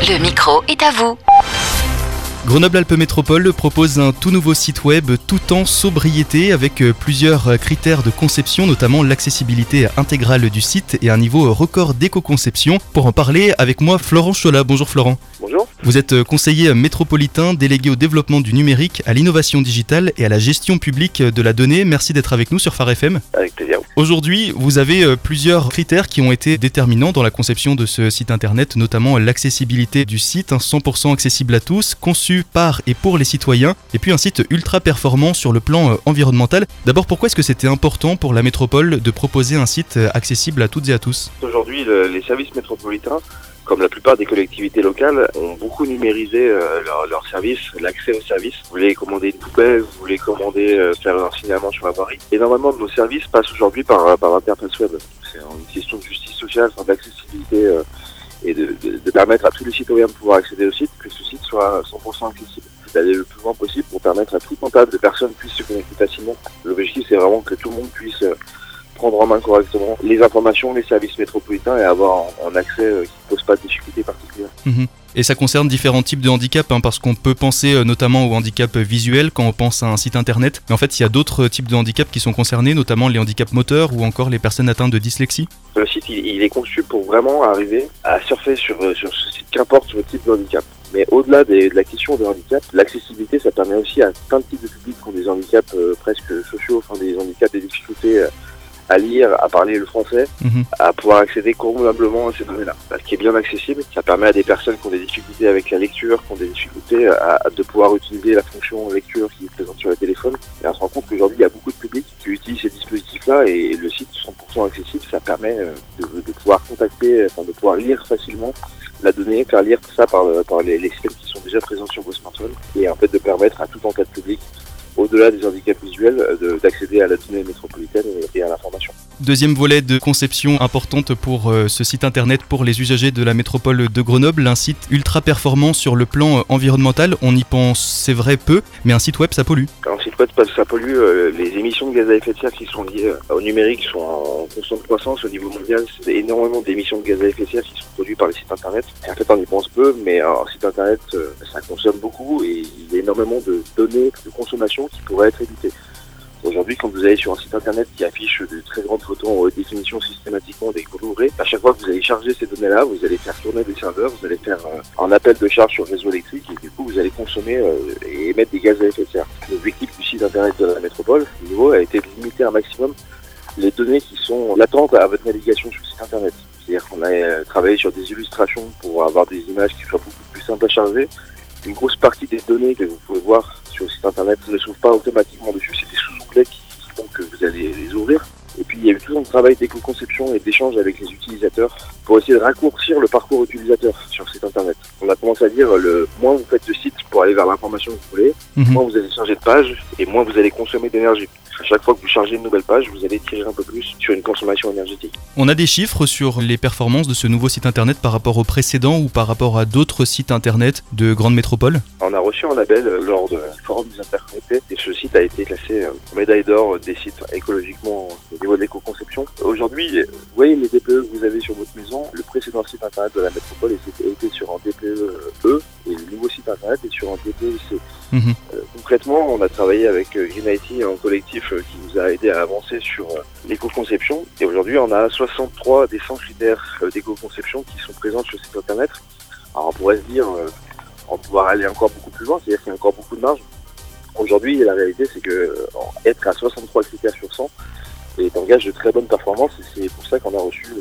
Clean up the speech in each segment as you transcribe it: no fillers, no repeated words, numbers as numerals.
Le micro est à vous. Grenoble-Alpes Métropole propose un tout nouveau site web tout en sobriété avec plusieurs critères de conception, notamment l'accessibilité intégrale du site et un niveau record d'éco-conception. Pour en parler, avec moi Florent Cholat. Bonjour Florent. Bonjour. Vous êtes conseiller métropolitain délégué au développement du numérique, à l'innovation digitale et à la gestion publique de la donnée. Merci d'être avec nous sur Phare FM. Avec plaisir. Aujourd'hui, vous avez plusieurs critères qui ont été déterminants dans la conception de ce site internet, notamment l'accessibilité du site, 100% accessible à tous, conçu par et pour les citoyens, et puis un site ultra performant sur le plan environnemental. D'abord, pourquoi est-ce que c'était important pour la métropole de proposer un site accessible à toutes et à tous ? Aujourd'hui, les services métropolitains, comme la plupart des collectivités locales, ont beaucoup numérisé leurs services, l'accès aux services. Vous voulez commander une poubelle, vous voulez faire un signalement sur la voirie. Énormément de nos services passent aujourd'hui par l'interface web. C'est une question de justice sociale, d'accessibilité et de permettre à tous les citoyens de pouvoir accéder au site, que ce site soit 100% accessible. D'aller le plus loin possible pour permettre à tout un tas de personnes puissent se connecter facilement. L'objectif, c'est vraiment que tout le monde puisse prendre en main correctement les informations, les services métropolitains et avoir un accès qui ne pose pas de difficultés particulières. Et ça concerne différents types de handicaps, parce qu'on peut penser notamment au handicap visuel quand on pense à un site internet. Mais en fait, il y a d'autres types de handicaps qui sont concernés, notamment les handicaps moteurs ou encore les personnes atteintes de dyslexie. Le site, il est conçu pour vraiment arriver à surfer sur ce site, qu'importe le type de handicap. Mais au-delà de la question de handicap, l'accessibilité, ça permet aussi à plein de types de publics qui ont des handicaps presque sociaux, des handicaps, des difficultés à lire, à parler le français, à pouvoir accéder convenablement à ces données-là. Ce qui est bien accessible, ça permet à des personnes qui ont des difficultés avec la lecture, qui ont des difficultés de pouvoir utiliser la fonction lecture qui est présente sur le téléphone. Et on se rend compte qu'aujourd'hui, il y a beaucoup de publics qui utilisent ces dispositifs-là et le site 100% accessible, ça permet de pouvoir contacter, de pouvoir lire facilement la donnée, faire lire tout ça par les systèmes qui sont déjà présents sur vos smartphones et en fait de permettre à tout un tas de publics, au-delà des handicaps visuels, d'accéder à la donnée métropolitaine et à l'information. Deuxième volet de conception importante pour ce site internet pour les usagers de la métropole de Grenoble, un site ultra performant sur le plan environnemental. On y pense, c'est vrai, peu, mais un site web, ça pollue. Un site web, ça pollue. Les émissions de gaz à effet de serre qui sont liées au numérique sont en constante croissance au niveau mondial. C'est énormément d'émissions de gaz à effet de serre qui sont produites par les sites internet. Et en fait, on y pense peu, mais un site internet, ça consomme beaucoup et il y a énormément de données de consommation qui pourraient être évitées. Aujourd'hui, quand vous allez sur un site internet qui affiche de très grandes photos en haute définition systématiquement dès que vous l'ouvrez, à chaque fois que vous allez charger ces données-là, vous allez faire tourner des serveurs, vous allez faire un appel de charge sur le réseau électrique et du coup vous allez consommer et émettre des gaz à effet de serre. L'objectif du site internet de la métropole, au niveau, a été de limiter un maximum les données qui sont latentes à votre navigation sur le site internet. C'est-à-dire qu'on a travaillé sur des illustrations pour avoir des images qui soient beaucoup plus simples à charger. Une grosse partie des données que vous pouvez voir sur le site internet ne s'ouvrent pas automatiquement dessus, c'est des sous-onglets qui font que vous allez les ouvrir. Et puis il y a eu tout un travail d'éco-conception et d'échange avec les utilisateurs pour essayer de raccourcir le parcours utilisateur sur le site internet. On a tendance à dire le moins vous faites de sites pour aller vers l'information que vous voulez, moins vous allez changer de page et moins vous allez consommer d'énergie. À chaque fois que vous chargez une nouvelle page, vous allez tirer un peu plus sur une consommation énergétique. On a des chiffres sur les performances de ce nouveau site internet par rapport au précédent ou par rapport à d'autres sites internet de grandes métropoles ? On a reçu un label lors du forum des interconnectés et ce site a été classé médaille d'or des sites écologiquement au niveau de l'éco-conception. Aujourd'hui, vous voyez les DPE que vous avez sur votre maison, le précédent site internet de la métropole était sur un DPE-E et le nouveau site internet est sur un DPE-C. Concrètement, on a travaillé avec Green IT, un collectif qui nous a aidé à avancer sur l'éco-conception. Et aujourd'hui, on a 63 des 100 critères d'éco-conception qui sont présents sur le site internet. Alors on pourrait se dire, on va pouvoir aller encore beaucoup plus loin, c'est-à-dire qu'il y a encore beaucoup de marge. Aujourd'hui, la réalité, c'est que être à 63 critères sur 100 est un gage de très bonne performance et c'est pour ça qu'on a reçu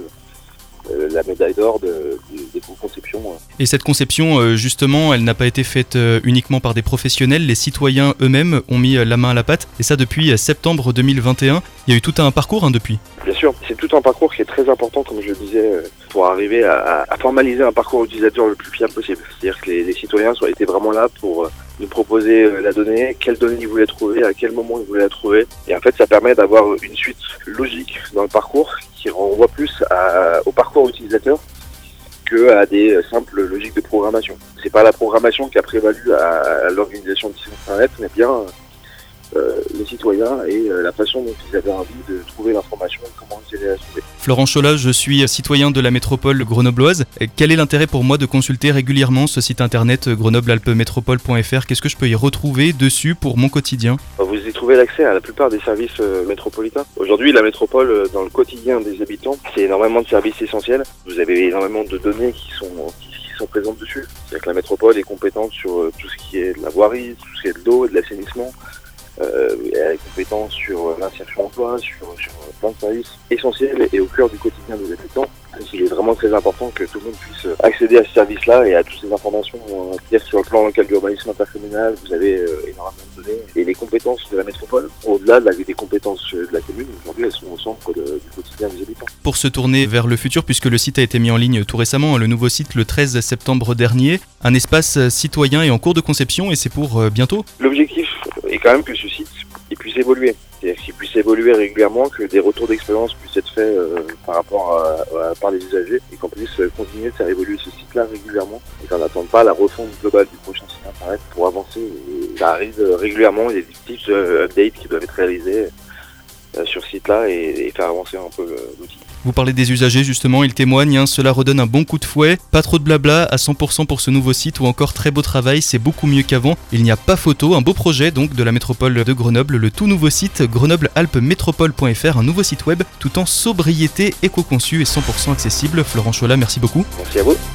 la médaille d'or d'éco-conception. Et cette conception, justement, elle n'a pas été faite uniquement par des professionnels. Les citoyens eux-mêmes ont mis la main à la pâte. Et ça depuis septembre 2021. Il y a eu tout un parcours depuis. Bien sûr, c'est tout un parcours qui est très important, comme je le disais, pour arriver à formaliser un parcours utilisateur le plus fiable possible. C'est-à-dire que les citoyens étaient vraiment là pour nous proposer la donnée, quelle donnée ils voulaient trouver, à quel moment ils voulaient la trouver. Et en fait, ça permet d'avoir une suite logique dans le parcours qui renvoie plus au parcours utilisateur que à des simples logiques de programmation. C'est pas la programmation qui a prévalu à l'organisation du site internet, mais bien les citoyens et la façon dont ils avaient envie de trouver l'information et comment ils allaient la trouver. Florent Cholat, je suis citoyen de la métropole grenobloise. Quel est l'intérêt pour moi de consulter régulièrement ce site internet grenoble-alpes-métropole.fr? Qu'est-ce que je peux y retrouver dessus pour mon quotidien? Vous y trouvez l'accès à la plupart des services métropolitains. Aujourd'hui, la métropole, dans le quotidien des habitants, c'est énormément de services essentiels. Vous avez énormément de données qui sont présentes dessus. C'est-à-dire que la métropole est compétente sur tout ce qui est de la voirie, tout ce qui est de l'eau et de l'assainissement. Elle est compétente sur l'insertion emploi, sur plein de services essentiels et au cœur du quotidien des habitants. Il est vraiment très important que tout le monde puisse accéder à ce service-là et à toutes ces informations. C'est-à-dire sur le plan local d'urbanisme intercommunal, vous avez énormément de données. Et les compétences de la métropole, au-delà des compétences de la commune, aujourd'hui elles sont au centre du quotidien des habitants. Pour se tourner vers le futur, puisque le site a été mis en ligne tout récemment, le nouveau site le 13 septembre dernier, un espace citoyen est en cours de conception et c'est pour bientôt. L'objectif est quand même que ce site puisse évoluer. C'est-à-dire qu'il puisse évoluer régulièrement, que des retours d'expérience puissent être faits par les usagers et qu'on puisse continuer de faire évoluer ce site-là régulièrement et qu'on n'attende pas la refonte globale du prochain site internet pour avancer. Et ça arrive régulièrement, il y a des petits updates qui doivent être réalisés sur ce site-là et faire avancer un peu l'outil. Vous parlez des usagers justement, ils témoignent, cela redonne un bon coup de fouet, pas trop de blabla, à 100% pour ce nouveau site ou encore très beau travail, c'est beaucoup mieux qu'avant, il n'y a pas photo, un beau projet donc de la métropole de Grenoble, le tout nouveau site grenoble-alpes-métropole.fr, un nouveau site web tout en sobriété éco-conçu et 100% accessible. Florent Cholat, merci beaucoup. Merci à vous.